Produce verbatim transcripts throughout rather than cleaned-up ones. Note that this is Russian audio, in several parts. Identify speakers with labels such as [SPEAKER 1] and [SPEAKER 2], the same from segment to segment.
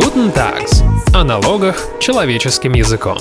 [SPEAKER 1] Guten Tags. О налогах человеческим языком.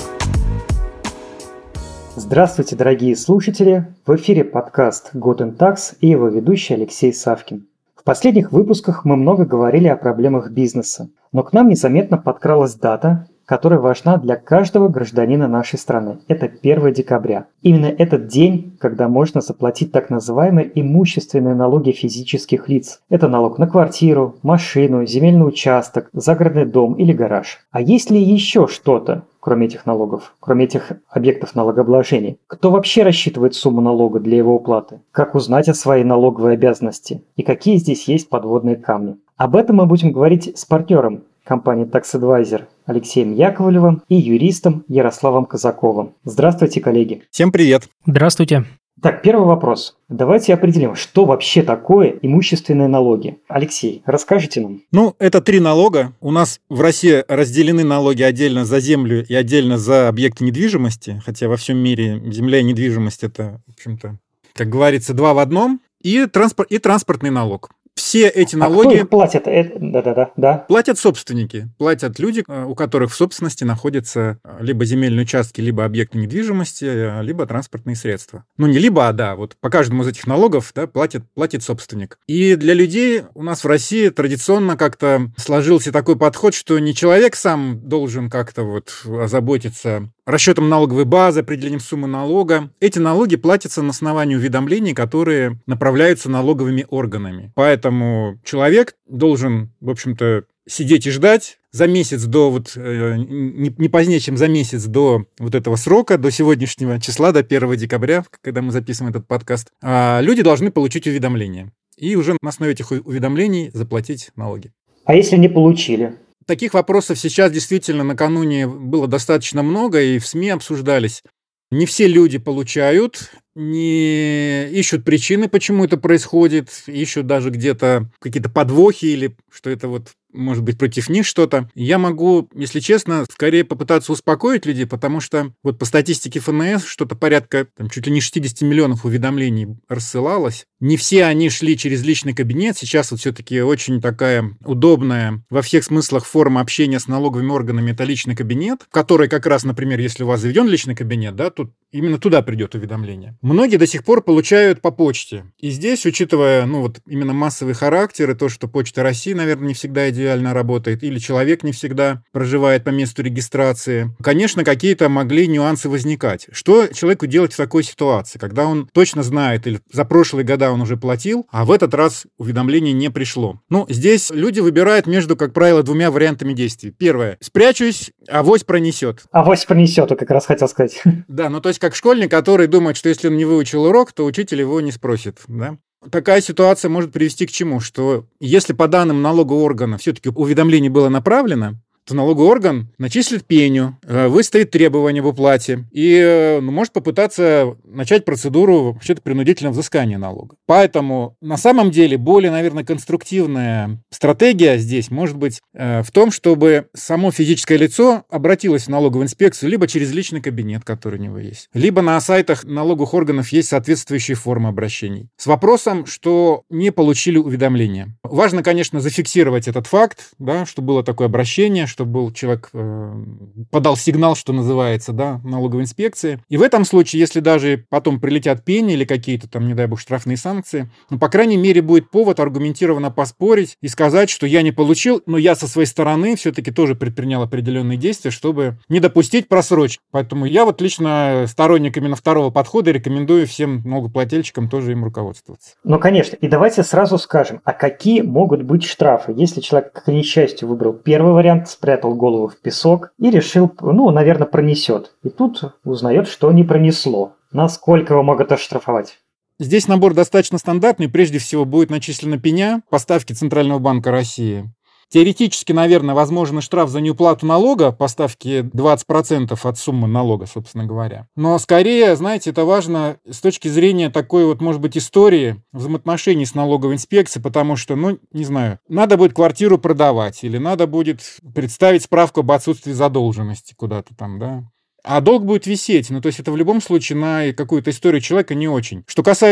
[SPEAKER 2] Здравствуйте, дорогие слушатели! В эфире подкаст Guten Tags и его ведущий Алексей Савкин. В последних выпусках мы много говорили о проблемах бизнеса, но к нам незаметно подкралась дата, которая важна для каждого гражданина нашей страны. Это первое декабря. Именно этот день, когда можно заплатить так называемые имущественные налоги физических лиц. Это налог на квартиру, машину, земельный участок, загородный дом или гараж. А есть ли еще что-то, кроме этих налогов, кроме этих объектов налогообложения? Кто вообще рассчитывает сумму налога для его уплаты? Как узнать о своей налоговой обязанности? И какие здесь есть подводные камни? Об этом мы будем говорить с партнером компании Tax Advisor Алексеем Яковлевым и юристом Ярославом Казаковым. Здравствуйте, коллеги.
[SPEAKER 3] Всем привет.
[SPEAKER 4] Здравствуйте.
[SPEAKER 2] Так, первый вопрос. Давайте определим, что вообще такое имущественные налоги. Алексей, расскажите нам.
[SPEAKER 3] Ну, это три налога. У нас в России разделены налоги отдельно за землю и отдельно за объекты недвижимости, хотя во всем мире земля и недвижимость – это, в общем-то, как говорится, два в одном, и, транспорт, и транспортный налог. Все эти налоги...
[SPEAKER 2] А кто их платит? Да-да-да. Да.
[SPEAKER 3] Платят собственники. Платят люди, у которых в собственности находятся либо земельные участки, либо объекты недвижимости, либо транспортные средства. Ну, не либо, а да. Вот по каждому из этих налогов, да, платит, платит собственник. И для людей у нас в России традиционно как-то сложился такой подход, что не человек сам должен как-то вот озаботиться расчетом налоговой базы, определением суммы налога. Эти налоги платятся на основании уведомлений, которые направляются налоговыми органами. Поэтому человек должен, в общем-то, сидеть и ждать за месяц до, вот, э, не, не позднее, чем за месяц до вот этого срока, до сегодняшнего числа, до первого декабря, когда мы записываем этот подкаст, а люди должны получить уведомления. И уже на основе этих уведомлений заплатить налоги.
[SPEAKER 2] А если не получили?
[SPEAKER 3] Таких вопросов сейчас действительно накануне было достаточно много, и в СМИ обсуждались. Не все люди получают, не ищут причины, почему это происходит, ищут даже где-то какие-то подвохи или что это вот может быть против них что-то. Я могу, если честно, скорее попытаться успокоить людей, потому что вот по статистике эф эн эс что-то порядка там, чуть ли не шестьдесят миллионов уведомлений рассылалось. Не все они шли через личный кабинет. Сейчас вот все-таки очень такая удобная во всех смыслах форма общения с налоговыми органами — это личный кабинет, в который как раз, например, если у вас заведен личный кабинет, да, тут именно туда придет уведомление. Многие до сих пор получают по почте. И здесь, учитывая, ну вот именно массовый характер и то, что Почта России, наверное, не всегда идеально работает, или человек не всегда проживает по месту регистрации, конечно, какие-то могли нюансы возникать. Что человеку делать в такой ситуации, когда он точно знает, или за прошлые года он уже платил, а в этот раз уведомление не пришло? Ну, здесь люди выбирают между, как правило, двумя вариантами действий. Первое. Спрячусь, авось пронесет.
[SPEAKER 2] Авось пронесет, я как раз хотел сказать.
[SPEAKER 3] Да, ну то есть как школьник, который думает, что если он не выучил урок, то учитель его не спросит, да? Такая ситуация может привести к чему? Что если по данным налогового органа все-таки уведомление было направлено, то налоговый орган начислит пеню, выставит требования об уплате и ну, может попытаться начать процедуру вообще-то принудительного взыскания налога. Поэтому на самом деле более, наверное, конструктивная стратегия здесь может быть э, в том, чтобы само физическое лицо обратилось в налоговую инспекцию либо через личный кабинет, который у него есть, либо на сайтах налоговых органов есть соответствующие формы обращений с вопросом, что не получили уведомления. Важно, конечно, зафиксировать этот факт, да, что было такое обращение, что был человек, э, подал сигнал, что называется, да, налоговой инспекции. И в этом случае, если даже потом прилетят пени или какие-то там, не дай бог, штрафные санкции, ну, по крайней мере, будет повод аргументированно поспорить и сказать, что я не получил, но я со своей стороны все-таки тоже предпринял определенные действия, чтобы не допустить просрочки. Поэтому я вот лично сторонник именно второго подхода и рекомендую всем налогоплательщикам тоже им руководствоваться.
[SPEAKER 2] Ну, конечно. И давайте сразу скажем, а какие могут быть штрафы, если человек, к несчастью, выбрал первый вариант, спрятал голову в песок и решил, ну, наверное, пронесет. И тут узнает, что не пронесло. Насколько его могут оштрафовать?
[SPEAKER 3] Здесь набор достаточно стандартный. Прежде всего будет начислена пеня по ставке Центрального банка России. Теоретически, наверное, возможен штраф за неуплату налога по ставке двадцать процентов от суммы налога, собственно говоря. Но скорее, знаете, это важно с точки зрения такой вот, может быть, истории взаимоотношений с налоговой инспекцией, потому что, ну, не знаю, надо будет квартиру продавать или надо будет представить справку об отсутствии задолженности куда-то там, да. А долг будет висеть. Ну, то есть это в любом случае на какую-то историю человека не очень. Что касается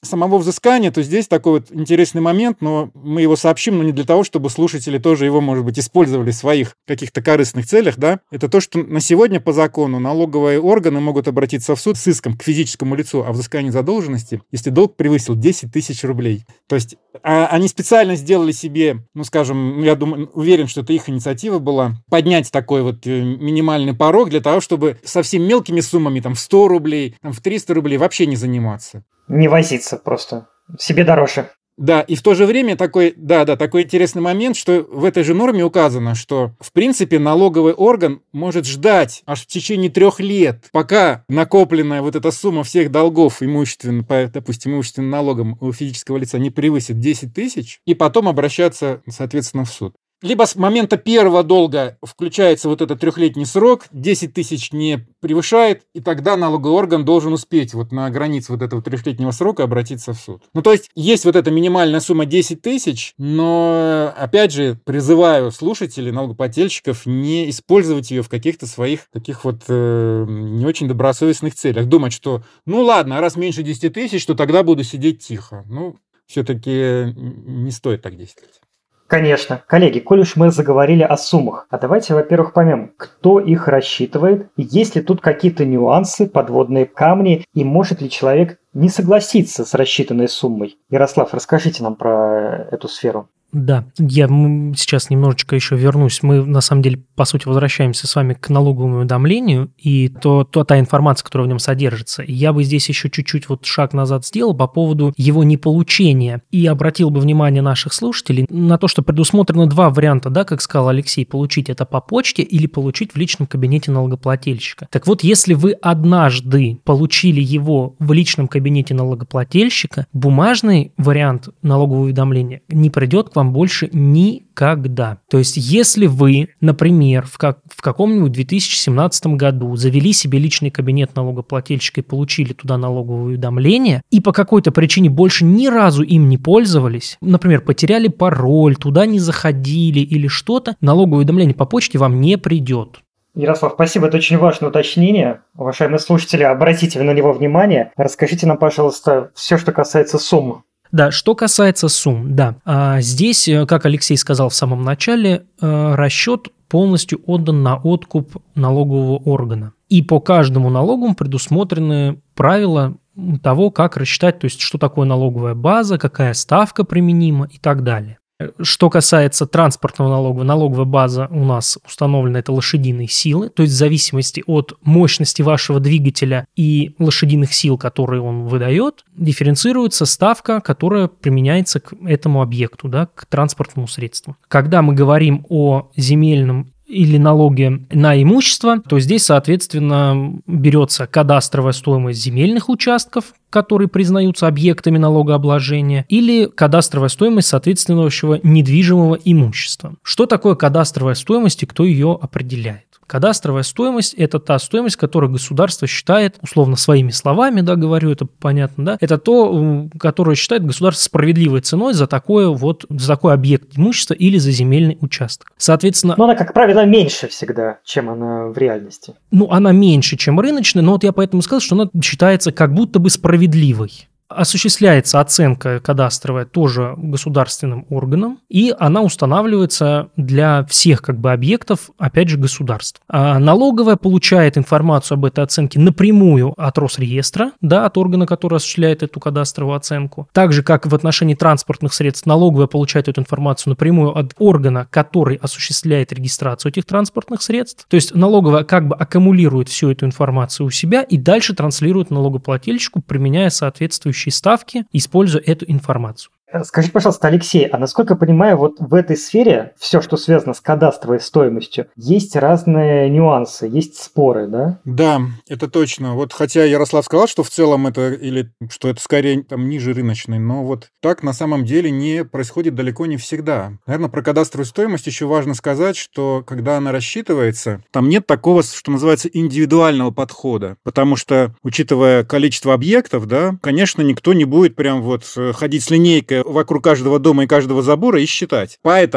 [SPEAKER 3] самого взыскания, то здесь такой вот интересный момент, но мы его сообщим, но не для того, чтобы слушатели тоже его, может быть, использовали в своих каких-то корыстных целях, да. Это то, что на сегодня по закону налоговые органы могут обратиться в суд с иском к физическому лицу о взыскании задолженности, если долг превысил десять тысяч рублей. То есть а, они специально сделали себе, ну, скажем, я думаю, уверен, что это их инициатива была, поднять такой вот минимальный порог для того, чтобы совсем мелкими суммами, там, в сто рублей, там, в триста рублей вообще не заниматься.
[SPEAKER 2] Не возиться просто. Себе дороже.
[SPEAKER 3] Да, и в то же время такой, да, да, такой интересный момент, что в этой же норме указано, что, в принципе, налоговый орган может ждать аж в течение трех лет, пока накопленная вот эта сумма всех долгов имущественных, по, допустим, имущественным налогом у физического лица не превысит десять тысяч, и потом обращаться, соответственно, в суд. Либо с момента первого долга включается вот этот трехлетний срок, десять тысяч не превышает, и тогда налоговый орган должен успеть вот на границе вот этого трехлетнего срока обратиться в суд. Ну, то есть, есть вот эта минимальная сумма десять тысяч, но, опять же, призываю слушателей, налогоплательщиков не использовать ее в каких-то своих таких вот э, не очень добросовестных целях. Думать, что, ну ладно, раз меньше десяти тысяч, то тогда буду сидеть тихо. Ну, все-таки не стоит так действовать.
[SPEAKER 2] Конечно. Коллеги, коль уж мы заговорили о суммах, а давайте, во-первых, поймем, кто их рассчитывает, есть ли тут какие-то нюансы, подводные камни, и может ли человек не согласиться с рассчитанной суммой. Ярослав, расскажите нам про эту сферу.
[SPEAKER 4] Да, я сейчас немножечко еще вернусь. Мы, на самом деле, по сути, возвращаемся с вами к налоговому уведомлению и то, то, та информация, которая в нем содержится. Я бы здесь еще чуть-чуть вот шаг назад сделал по поводу его неполучения и обратил бы внимание наших слушателей на то, что предусмотрено два варианта, да, как сказал Алексей, получить это по почте или получить в личном кабинете налогоплательщика. Так вот, если вы однажды получили его в личном кабинете налогоплательщика, бумажный вариант налогового уведомления не придет к вам больше никогда. То есть, если вы, например, в, как, в каком-нибудь две тысячи семнадцатом году завели себе личный кабинет налогоплательщика и получили туда налоговое уведомление, и по какой-то причине больше ни разу им не пользовались, например, потеряли пароль, туда не заходили или что-то, налоговое уведомление по почте вам не придет.
[SPEAKER 2] Ярослав, спасибо, это очень важное уточнение. Уважаемые слушатели, обратите на него внимание. Расскажите нам, пожалуйста, все, что касается сумм.
[SPEAKER 4] Да, что касается сумм, да. А здесь, как Алексей сказал в самом начале, расчет полностью отдан на откуп налогового органа. И по каждому налогу предусмотрены правила того, как рассчитать, то есть что такое налоговая база, какая ставка применима и так далее. Что касается транспортного налога, налоговая база у нас установлена, это лошадиные силы, то есть в зависимости от мощности вашего двигателя и лошадиных сил, которые он выдает, дифференцируется ставка, которая применяется к этому объекту, да, к транспортному средству. Когда мы говорим о земельном или налоге на имущество, то здесь, соответственно, берется кадастровая стоимость земельных участков, которые признаются объектами налогообложения, или кадастровая стоимость соответствующего недвижимого имущества. Что такое кадастровая стоимость и кто ее определяет? Кадастровая стоимость – это та стоимость, которую государство считает, условно своими словами, да, говорю, это понятно, да, это то, которое считает государство справедливой ценой за такое вот, за такой объект имущества или за земельный участок. Соответственно…
[SPEAKER 2] Но она, как правило, меньше всегда, чем она в реальности.
[SPEAKER 4] Ну, она меньше, чем рыночная, но вот я поэтому сказал, что она считается как будто бы справедливой. Осуществляется оценка кадастровая тоже государственным органом, и она устанавливается для всех как бы объектов, опять же, государств. А налоговая получает информацию об этой оценке напрямую от Росреестра, да, от органа, который осуществляет эту кадастровую оценку. Так же, как в отношении транспортных средств, налоговая получает эту информацию напрямую от органа, который осуществляет регистрацию этих транспортных средств. То есть налоговая как бы аккумулирует всю эту информацию у себя и дальше транслирует налогоплательщику, применяя соответствующие ставки, используя эту информацию.
[SPEAKER 2] Скажите, пожалуйста, Алексей, а насколько я понимаю, вот в этой сфере все, что связано с кадастровой стоимостью, есть разные нюансы, есть споры, да?
[SPEAKER 3] Да, это точно. Вот хотя Ярослав сказал, что в целом это, или что это скорее там ниже рыночной, но вот так на самом деле не происходит далеко не всегда. Наверное, про кадастровую стоимость еще важно сказать, что когда она рассчитывается, там нет такого, что называется, индивидуального подхода, потому что, учитывая количество объектов, да, конечно, никто не будет прям вот ходить с линейкой вокруг каждого дома и каждого забора и считать. Поэтому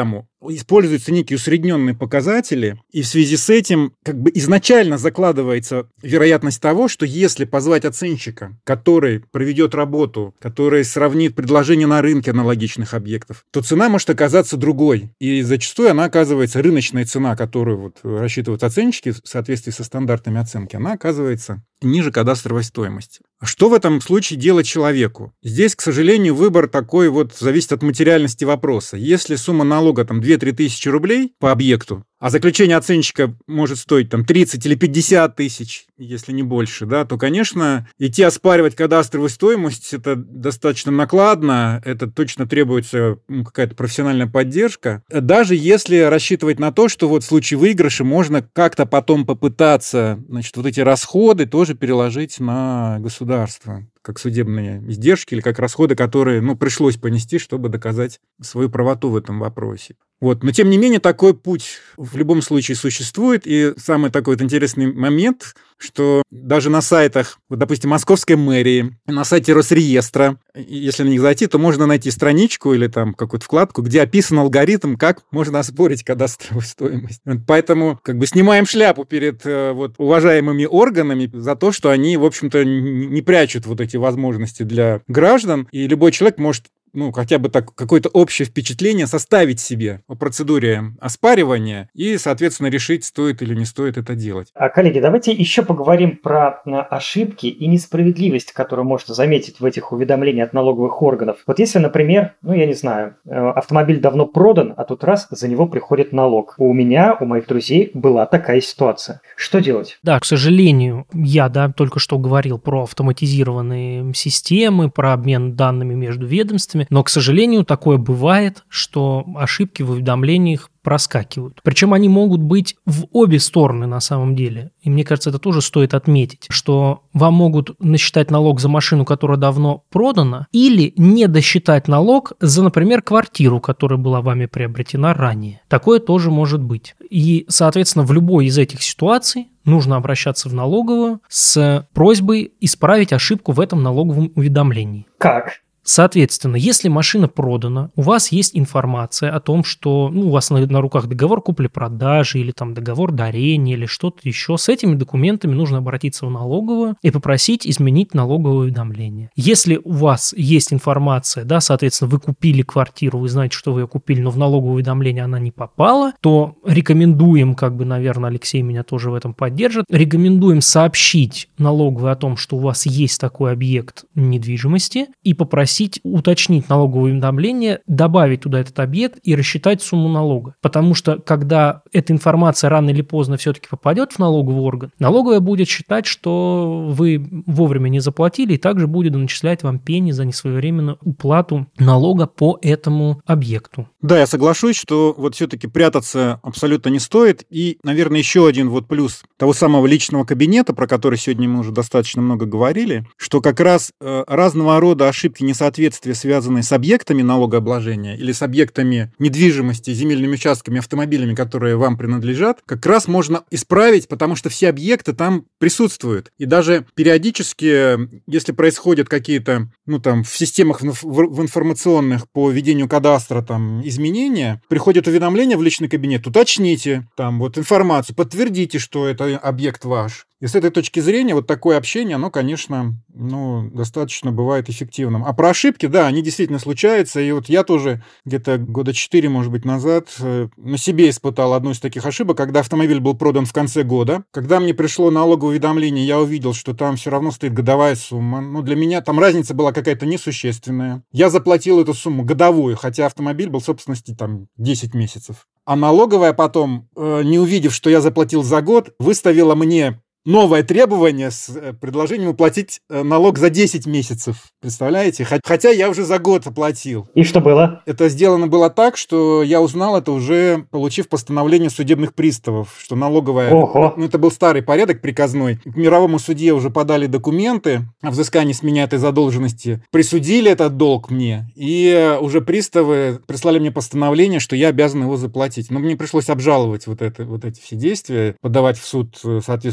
[SPEAKER 3] используются некие усредненные показатели, и в связи с этим как бы изначально закладывается вероятность того, что если позвать оценщика, который проведет работу, который сравнит предложения на рынке аналогичных объектов, то цена может оказаться другой. И зачастую она оказывается, рыночная цена, которую вот рассчитывают оценщики в соответствии со стандартами оценки, она оказывается ниже кадастровой стоимости. Что в этом случае делать человеку? Здесь, к сожалению, выбор такой вот зависит от материальности вопроса. Если сумма налога там две-три тысячи рублей по объекту, а заключение оценщика может стоить там тридцать или пятьдесят тысяч, если не больше, да, то, конечно, идти оспаривать кадастровую стоимость это достаточно накладно, это точно требуется ну, какая-то профессиональная поддержка. Даже если рассчитывать на то, что вот в случае выигрыша можно как-то потом попытаться, значит, вот эти расходы тоже переложить на государство, как судебные издержки или как расходы, которые, ну, пришлось понести, чтобы доказать свою правоту в этом вопросе. Вот. Но, тем не менее, такой путь в любом случае существует. И самый такой вот интересный момент, что даже на сайтах, вот, допустим, Московской мэрии, на сайте Росреестра, если на них зайти, то можно найти страничку или там какую-то вкладку, где описан алгоритм, как можно оспорить кадастровую стоимость. Поэтому как бы снимаем шляпу перед вот, уважаемыми органами за то, что они, в общем-то, не прячут вот эти возможности для граждан, и любой человек может ну, хотя бы так, какое-то общее впечатление составить себе о процедуре оспаривания и, соответственно, решить, стоит или не стоит это делать.
[SPEAKER 2] А, коллеги, давайте еще поговорим про ошибки и несправедливость, которую можно заметить в этих уведомлениях от налоговых органов. Вот если, например, ну, я не знаю, автомобиль давно продан, а тут раз за него приходит налог. У меня, у моих друзей была такая ситуация. Что делать?
[SPEAKER 4] Да, к сожалению, я, да, только что говорил про автоматизированные системы, про обмен данными между ведомствами, но, к сожалению, такое бывает, что ошибки в уведомлениях проскакивают. Причем они могут быть в обе стороны на самом деле. И мне кажется, это тоже стоит отметить, что вам могут насчитать налог за машину, которая давно продана, или не досчитать налог за, например, квартиру, которая была вами приобретена ранее. Такое тоже может быть. И, соответственно, в любой из этих ситуаций нужно обращаться в налоговую с просьбой исправить ошибку в этом налоговом уведомлении.
[SPEAKER 2] Как?
[SPEAKER 4] Соответственно, если машина продана, у вас есть информация о том, что ну, у вас на, на руках договор купли-продажи или там договор дарения или что-то еще, с этими документами нужно обратиться в налоговую и попросить изменить налоговое уведомление. Если у вас есть информация, да, соответственно, вы купили квартиру, вы знаете, что вы ее купили, но в налоговое уведомление она не попала, то рекомендуем, как бы, наверное, Алексей меня тоже в этом поддержит, рекомендуем сообщить налоговой о том, что у вас есть такой объект недвижимости и попросить уточнить налоговое уведомление, добавить туда этот объект и рассчитать сумму налога. Потому что, когда эта информация рано или поздно все-таки попадет в налоговый орган, налоговая будет считать, что вы вовремя не заплатили, и также будет начислять вам пени за несвоевременную уплату налога по этому объекту.
[SPEAKER 3] Да, я соглашусь, что вот все-таки прятаться абсолютно не стоит. И, наверное, еще один вот плюс того самого личного кабинета, про который сегодня мы уже достаточно много говорили, что как раз э, разного рода ошибки несоответствия, связанные с объектами налогообложения или с объектами недвижимости, земельными участками, автомобилями, которые вам принадлежат, как раз можно исправить, потому что все объекты там присутствуют. И даже периодически, если происходят какие-то, ну там, в системах в, в информационных по ведению кадастра там изменения, приходит уведомление в личный кабинет, уточните там вот информацию, подтвердите, что это объект ваш. И с этой точки зрения вот такое общение, оно, конечно, ну, достаточно бывает эффективным. А про ошибки, да, они действительно случаются. И вот я тоже где-то года четыре, может быть, назад на себе испытал одну из таких ошибок, когда автомобиль был продан в конце года. Когда мне пришло налоговое уведомление, я увидел, что там все равно стоит годовая сумма. Ну, для меня там разница была какая-то несущественная. Я заплатил эту сумму годовую, хотя автомобиль был в собственности там десять месяцев. А налоговая потом, не увидев, что я заплатил за год, выставила мне новое требование с предложением уплатить налог за десять месяцев. Представляете? Хотя я уже за год оплатил.
[SPEAKER 2] И что было?
[SPEAKER 3] Это сделано было так, что я узнал это уже, получив постановление судебных приставов, что налоговая...
[SPEAKER 2] Ого.
[SPEAKER 3] Ну, это был старый порядок приказной. К мировому судье уже подали документы о взыскании с меня этой задолженности, присудили этот долг мне, и уже приставы прислали мне постановление, что я обязан его заплатить. Но мне пришлось обжаловать вот, это, вот эти все действия, подавать в суд соответствующие возражения.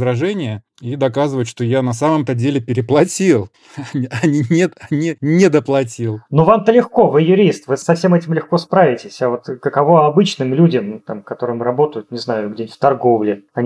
[SPEAKER 3] возражение и доказывать, что я на самом-то деле переплатил, а не, нет, не, не доплатил.
[SPEAKER 2] Ну, вам-то легко, вы юрист, вы со всем этим легко справитесь. А вот каково обычным людям, там, которым работают, не знаю, где-нибудь в торговле? Они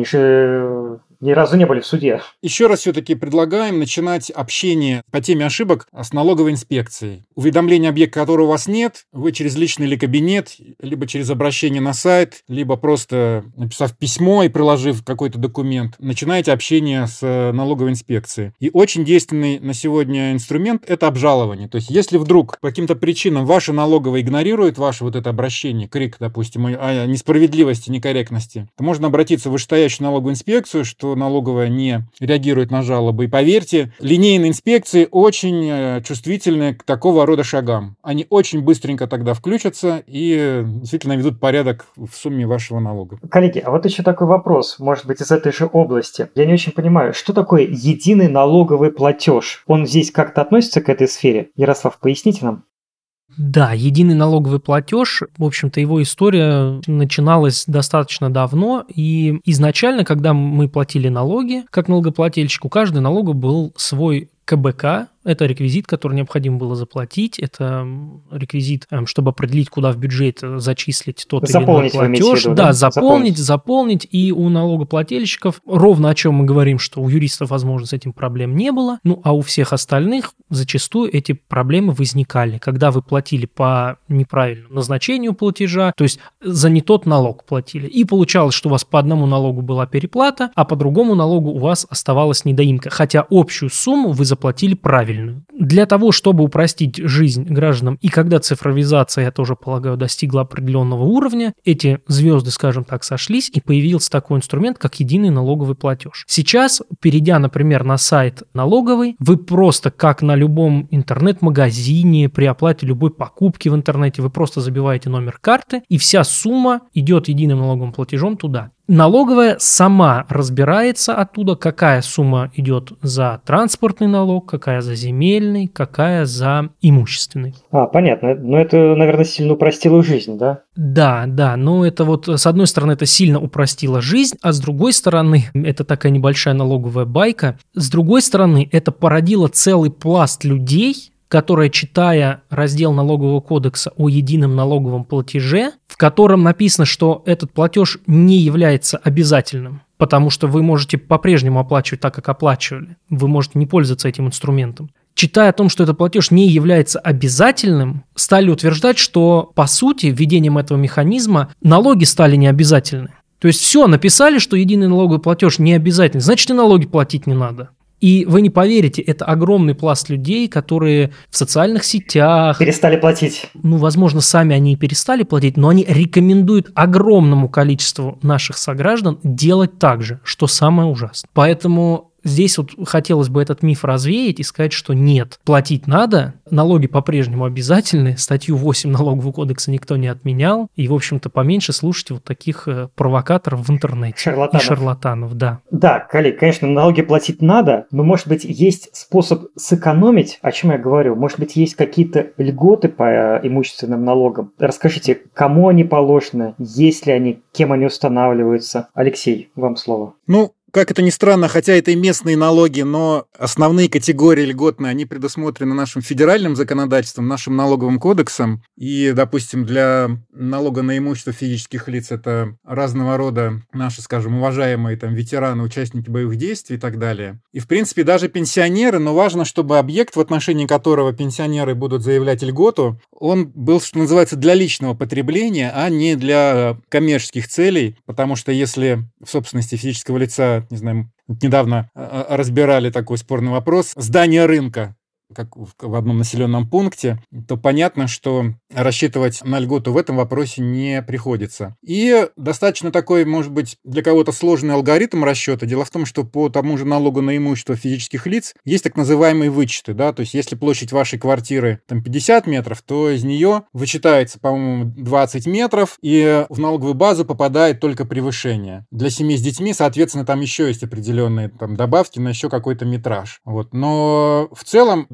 [SPEAKER 2] же ни разу не были в суде.
[SPEAKER 3] Еще раз все-таки предлагаем начинать общение по теме ошибок с налоговой инспекцией. Уведомление объекта, которого у вас нет, вы через личный ли кабинет, либо через обращение на сайт, либо просто написав письмо и приложив какой-то документ, начинаете общение с налоговой инспекцией. И очень действенный на сегодня инструмент – это обжалование. То есть, если вдруг по каким-то причинам ваша налоговая игнорирует ваше вот это обращение, крик, допустим, о несправедливости, некорректности, то можно обратиться в вышестоящую налоговую инспекцию, что налоговая не реагирует на жалобы. И поверьте, линейные инспекции очень чувствительны к такого рода шагам. Они очень быстренько тогда включатся и действительно ведут порядок в сумме вашего налога.
[SPEAKER 2] Коллеги, а вот еще такой вопрос, может быть, из этой же области. Я не очень понимаю, что такое единый налоговый платеж? Он здесь как-то относится к этой сфере? Ярослав, поясните нам.
[SPEAKER 4] Да, единый налоговый платеж, в общем-то, его история начиналась достаточно давно, и изначально, когда мы платили налоги, как налогоплательщик, у каждого налога был свой ка бэ ка. Это реквизит, который необходимо было заплатить. Это реквизит, чтобы определить, куда в бюджет зачислить тот или иной платеж.
[SPEAKER 2] Виду,
[SPEAKER 4] да,
[SPEAKER 2] да,
[SPEAKER 4] заполнить, заполнить. И у налогоплательщиков, ровно о чем мы говорим, что у юристов, возможно, с этим проблем не было. Ну, а у всех остальных зачастую эти проблемы возникали, когда вы платили по неправильному назначению платежа, то есть за не тот налог платили. И получалось, что у вас по одному налогу была переплата, а по другому налогу у вас оставалась недоимка, хотя общую сумму вы заплатили правильно. Для того, чтобы упростить жизнь гражданам, и когда цифровизация, я тоже полагаю, достигла определенного уровня, эти звезды, скажем так, сошлись, и появился такой инструмент, как единый налоговый платеж. Сейчас, перейдя, например, на сайт налоговый, вы просто, как на любом интернет-магазине, при оплате любой покупки в интернете, вы просто забиваете номер карты, и вся сумма идет единым налоговым платежом туда. Налоговая сама разбирается оттуда, какая сумма идет за транспортный налог, какая за земельный, какая за имущественный.
[SPEAKER 2] А, понятно. Но это, наверное, сильно упростило жизнь, да?
[SPEAKER 4] Да, да, но это вот, с одной стороны, это сильно упростило жизнь, а с другой стороны, это такая небольшая налоговая байка, с другой стороны, это породило целый пласт людей, которая, читая раздел налогового кодекса о едином налоговом платеже, в котором написано, что этот платеж не является обязательным, потому что вы можете по-прежнему оплачивать так, как оплачивали, вы можете не пользоваться этим инструментом. Читая о том, что этот платеж не является обязательным, стали утверждать, что, по сути, введением этого механизма налоги стали необязательны. То есть все, написали, что единый налоговый платеж не обязательный, значит и налоги платить не надо. И вы не поверите, это огромный пласт людей, которые в социальных сетях...
[SPEAKER 2] Перестали платить.
[SPEAKER 4] Ну, возможно, сами они и перестали платить, но они рекомендуют огромному количеству наших сограждан делать так же, что самое ужасное. Поэтому... Здесь вот хотелось бы этот миф развеять и сказать, что нет, платить надо, налоги по-прежнему обязательны, статью восемь налогового кодекса никто не отменял, и, в общем-то, поменьше слушайте вот таких провокаторов в интернете.
[SPEAKER 2] Шарлатанов.
[SPEAKER 4] И шарлатанов, да.
[SPEAKER 2] Да, коллег, конечно, налоги платить надо, но, может быть, есть способ сэкономить, о чем я говорю, может быть, есть какие-то льготы по имущественным налогам. Расскажите, кому они положены, есть ли они, кем они устанавливаются. Алексей, вам слово.
[SPEAKER 3] Ну, как это ни странно, хотя это и местные налоги, но основные категории льготные, они предусмотрены нашим федеральным законодательством, нашим налоговым кодексом. И, допустим, для налога на имущество физических лиц это разного рода наши, скажем, уважаемые там ветераны, участники боевых действий и так далее. И, в принципе, даже пенсионеры, но важно, чтобы объект, в отношении которого пенсионеры будут заявлять льготу, он был, что называется, для личного потребления, а не для коммерческих целей, потому что если в собственности физического лица, не знаю, недавно разбирали такой спорный вопрос, здание рынка, как в одном населенном пункте, то понятно, что рассчитывать на льготу в этом вопросе не приходится. И достаточно такой, может быть, для кого-то сложный алгоритм расчета. Дело в том, что по тому же налогу на имущество физических лиц есть так называемые вычеты, да, то есть если площадь вашей квартиры там пятьдесят метров, то из нее вычитается, по-моему, двадцать метров, и в налоговую базу попадает только превышение. Для семьи с детьми, соответственно, там еще есть определенные там добавки на еще какой-то метраж. Вот. Но в целом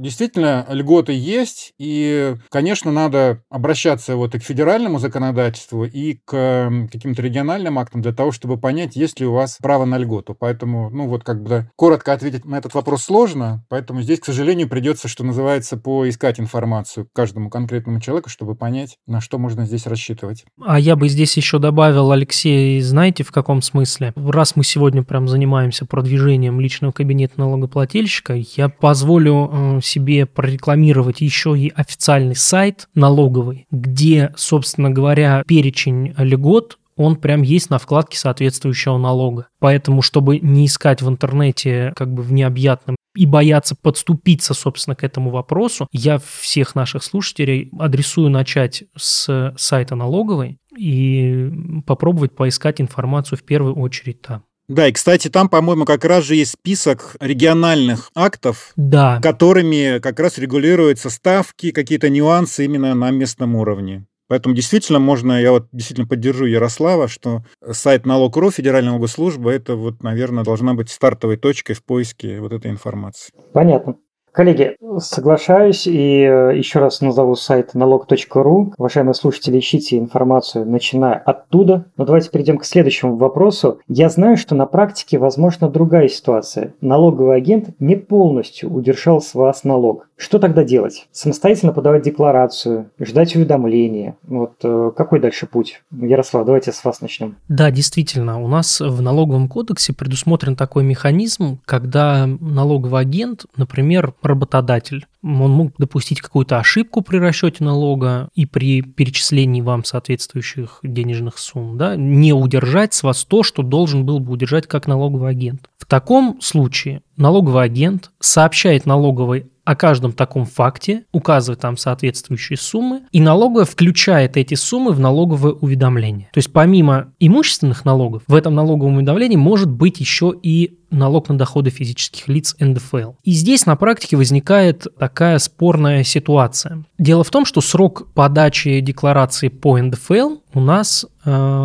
[SPEAKER 3] Действительно, льготы есть, и, конечно, надо обращаться вот и к федеральному законодательству, и к каким-то региональным актам для того, чтобы понять, есть ли у вас право на льготу. Поэтому, ну вот как бы коротко ответить на этот вопрос сложно, поэтому здесь, к сожалению, придется, что называется, поискать информацию каждому конкретному человеку, чтобы понять, на что можно здесь рассчитывать.
[SPEAKER 4] А я бы здесь еще добавил, Алексей, знаете, в каком смысле? Раз мы сегодня прям занимаемся продвижением личного кабинета налогоплательщика, я позволю себе прорекламировать еще и официальный сайт налоговый, где, собственно говоря, перечень льгот, он прям есть на вкладке соответствующего налога. Поэтому, чтобы не искать в интернете как бы в необъятном и бояться подступиться, собственно, к этому вопросу, я всех наших слушателей адресую начать с сайта налоговой и попробовать поискать информацию в первую очередь там.
[SPEAKER 3] Да, и, кстати, там, по-моему, как раз же есть список региональных актов,
[SPEAKER 4] да.
[SPEAKER 3] которыми как раз регулируются ставки, какие-то нюансы именно на местном уровне. Поэтому действительно можно, я вот действительно поддержу Ярослава, что сайт налог точка ру, Федеральная налогослужба, это вот, наверное, должна быть стартовой точкой в поиске вот этой информации.
[SPEAKER 2] Понятно. Коллеги, соглашаюсь и еще раз назову сайт налог точка ру. Уважаемые слушатели, ищите информацию, начиная оттуда. Но давайте перейдем к следующему вопросу. Я знаю, что на практике возможна другая ситуация. Налоговый агент не полностью удержал с вас налог. Что тогда делать? Самостоятельно подавать декларацию, ждать уведомления? Вот какой дальше путь? Ярослав, давайте с вас начнем.
[SPEAKER 4] Да, действительно, у нас в налоговом кодексе предусмотрен такой механизм, когда налоговый агент, например, работодатель, он мог допустить какую-то ошибку при расчете налога и при перечислении вам соответствующих денежных сумм, да, не удержать с вас то, что должен был бы удержать как налоговый агент. В таком случае налоговый агент сообщает налоговой о каждом таком факте, указывает там соответствующие суммы, и налоговая включает эти суммы в налоговое уведомление. То есть помимо имущественных налогов, в этом налоговом уведомлении может быть еще и налог на доходы физических лиц эн дэ эф эл. И здесь на практике возникает такая спорная ситуация. Дело в том, что срок подачи декларации по эн дэ эф эл у нас э,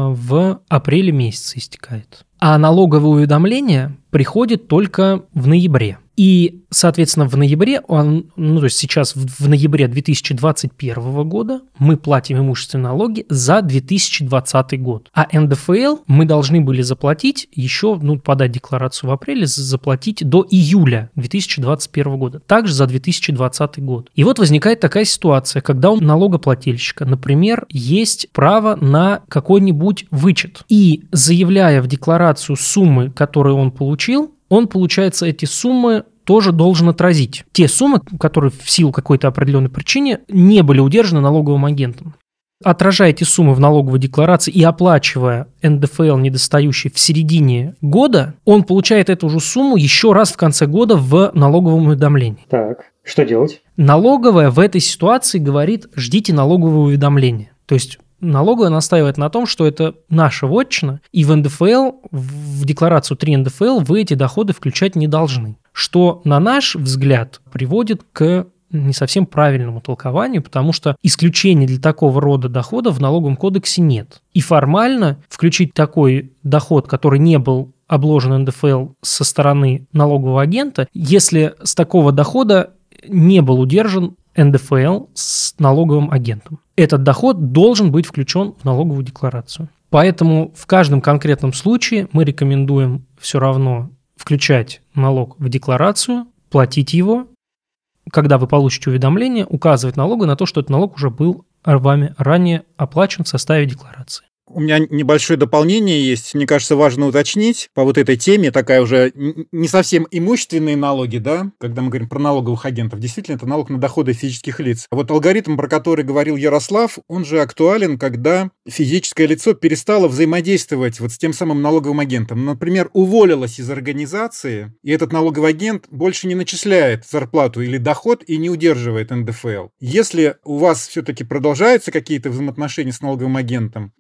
[SPEAKER 4] в апреле месяце истекает. А налоговое уведомление приходит только в ноябре. И, соответственно, в ноябре, он, ну, то есть сейчас в, в ноябре две тысячи двадцать первого года мы платим имущественные налоги за две тысячи двадцатый год. А эн дэ эф эл мы должны были заплатить еще, ну, подать декларацию в апреле, заплатить до июля две тысячи двадцать первого года. Также за две тысячи двадцатый год. И вот возникает такая ситуация, когда у налогоплательщика, например, есть право на какой-нибудь вычет. И заявляя в декларацию суммы, которые он получил, он, получается, эти суммы тоже должен отразить. Те суммы, которые в силу какой-то определенной причины не были удержаны налоговым агентом. Отражая эти суммы в налоговой декларации и оплачивая эн дэ эф эл, недостающий в середине года, он получает эту же сумму еще раз в конце года в налоговом уведомлении.
[SPEAKER 2] Так, что делать?
[SPEAKER 4] Налоговая в этой ситуации говорит: ждите налогового уведомления. То есть налоговая настаивает на том, что это наша вотчина, и в эн дэ эф эл, в декларацию три эн дэ эф эл вы эти доходы включать не должны. Что, на наш взгляд, приводит к не совсем правильному толкованию, потому что исключений для такого рода доходов в налоговом кодексе нет. И формально включить такой доход, который не был обложен эн дэ эф эл со стороны налогового агента, если с такого дохода не был удержан эн дэ эф эл с налоговым агентом. Этот доход должен быть включен в налоговую декларацию. Поэтому в каждом конкретном случае мы рекомендуем все равно включать налог в декларацию, платить его. Когда вы получите уведомление, указывать налогу на то, что этот налог уже был вами ранее оплачен в составе декларации.
[SPEAKER 3] У меня небольшое дополнение есть. Мне кажется, важно уточнить по вот этой теме, такая уже не совсем имущественные налоги, да, когда мы говорим про налоговых агентов. Действительно, это налог на доходы физических лиц. А вот алгоритм, про который говорил Ярослав, он же актуален, когда физическое лицо перестало взаимодействовать вот с тем самым налоговым агентом. Например, уволилось из организации, и этот налоговый агент больше не начисляет зарплату или доход и не удерживает эн дэ эф эл. Если у вас все-таки продолжаются какие-то взаимоотношения с налоговым агентом, и он продолжает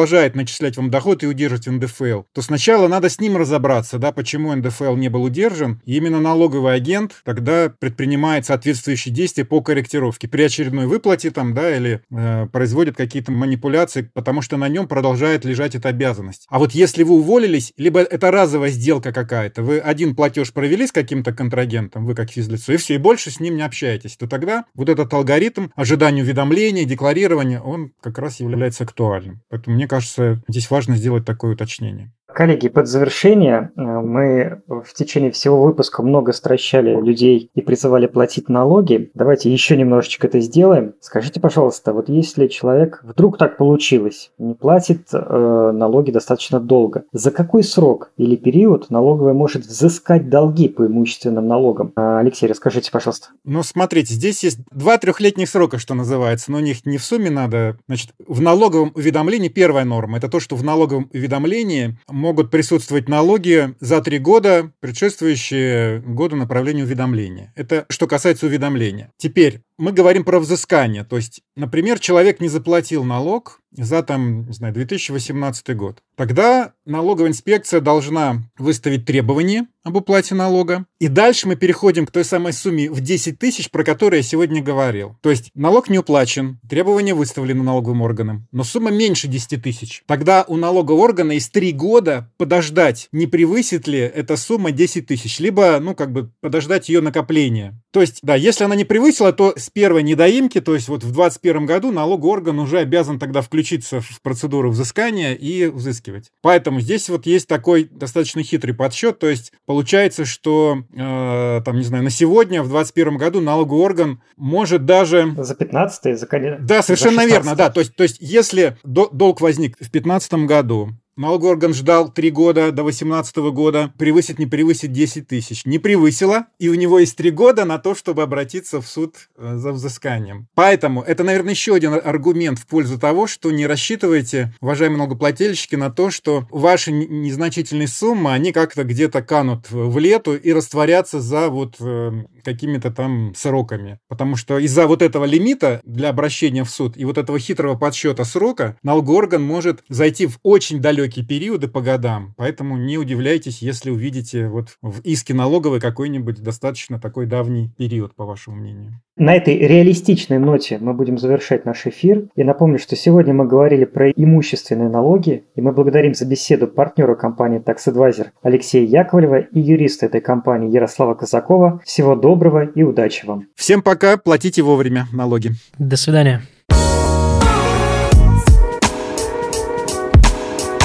[SPEAKER 3] продолжает начислять вам доход и удерживать эн дэ эф эл, то сначала надо с ним разобраться, да, почему эн дэ эф эл не был удержан, и именно налоговый агент тогда предпринимает соответствующие действия по корректировке при очередной выплате там, да, или э, производит какие-то манипуляции, потому что на нем продолжает лежать эта обязанность. А вот если вы уволились, либо это разовая сделка какая-то, вы один платеж провели с каким-то контрагентом, вы как физлицо, и все, и больше с ним не общаетесь, то тогда вот этот алгоритм ожидания уведомления, декларирования, он как раз является актуальным. Поэтому мне кажется, здесь важно сделать такое уточнение.
[SPEAKER 2] Коллеги, под завершение мы в течение всего выпуска много стращали людей и призывали платить налоги. Давайте еще немножечко это сделаем. Скажите, пожалуйста, вот если человек вдруг так получилось, не платит э, налоги достаточно долго, за какой срок или период налоговая может взыскать долги по имущественным налогам? Алексей, расскажите, пожалуйста.
[SPEAKER 3] Ну, смотрите, здесь есть два трехлетних срока, что называется, но у них не в сумме надо. Значит, в налоговом уведомлении первая норма – это то, что в налоговом уведомлении могут присутствовать налоги за три года, предшествующие году направления уведомления. Это что касается уведомления. Теперь мы говорим про взыскание. То есть, например, человек не заплатил налог за, там, не знаю, две тысячи восемнадцатый год. Тогда налоговая инспекция должна выставить требования об уплате налога. И дальше мы переходим к той самой сумме в десять тысяч, про которую я сегодня говорил. То есть налог не уплачен, требования выставлены налоговым органом, но сумма меньше десяти тысяч. Тогда у налогового органа есть три года подождать, не превысит ли эта сумма десять тысяч, либо, ну, как бы подождать ее накопления. То есть, да, если она не превысила, то с первой недоимки, то есть вот в двадцать первом году налоговый орган уже обязан тогда включиться в процедуру взыскания и взыскивать. Поэтому здесь вот есть такой достаточно хитрый подсчет, то есть получается, что, э, там, не знаю, на сегодня, в двадцать первом году налоговый орган может даже...
[SPEAKER 2] За пятнадцатый, за конец...
[SPEAKER 3] Да, совершенно верно, да, то есть, то есть если до, долг возник в пятнадцатом году, налоговый орган ждал три года до восемнадцатого года, превысит, не превысит десять тысяч. Не превысило, и у него есть три года на то, чтобы обратиться в суд за взысканием. Поэтому это, наверное, еще один аргумент в пользу того, что не рассчитывайте, уважаемые налогоплательщики, на то, что ваши незначительные суммы, они как-то где-то канут в лету и растворятся за вот какими-то там сроками. Потому что из-за вот этого лимита для обращения в суд и вот этого хитрого подсчета срока налоговый орган может зайти в очень далекий периоды по годам, поэтому не удивляйтесь, если увидите вот в иске налоговой какой-нибудь достаточно такой давний период, по вашему мнению.
[SPEAKER 2] На этой реалистичной ноте мы будем завершать наш эфир. И напомню, что сегодня мы говорили про имущественные налоги, и мы благодарим за беседу партнера компании Tax Advisor Алексея Яковлева и юриста этой компании Ярослава Казакова. Всего доброго и удачи вам.
[SPEAKER 3] Всем пока, платите вовремя налоги.
[SPEAKER 4] До свидания.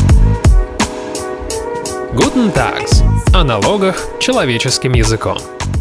[SPEAKER 1] Guten Tags. О налогах человеческим языком.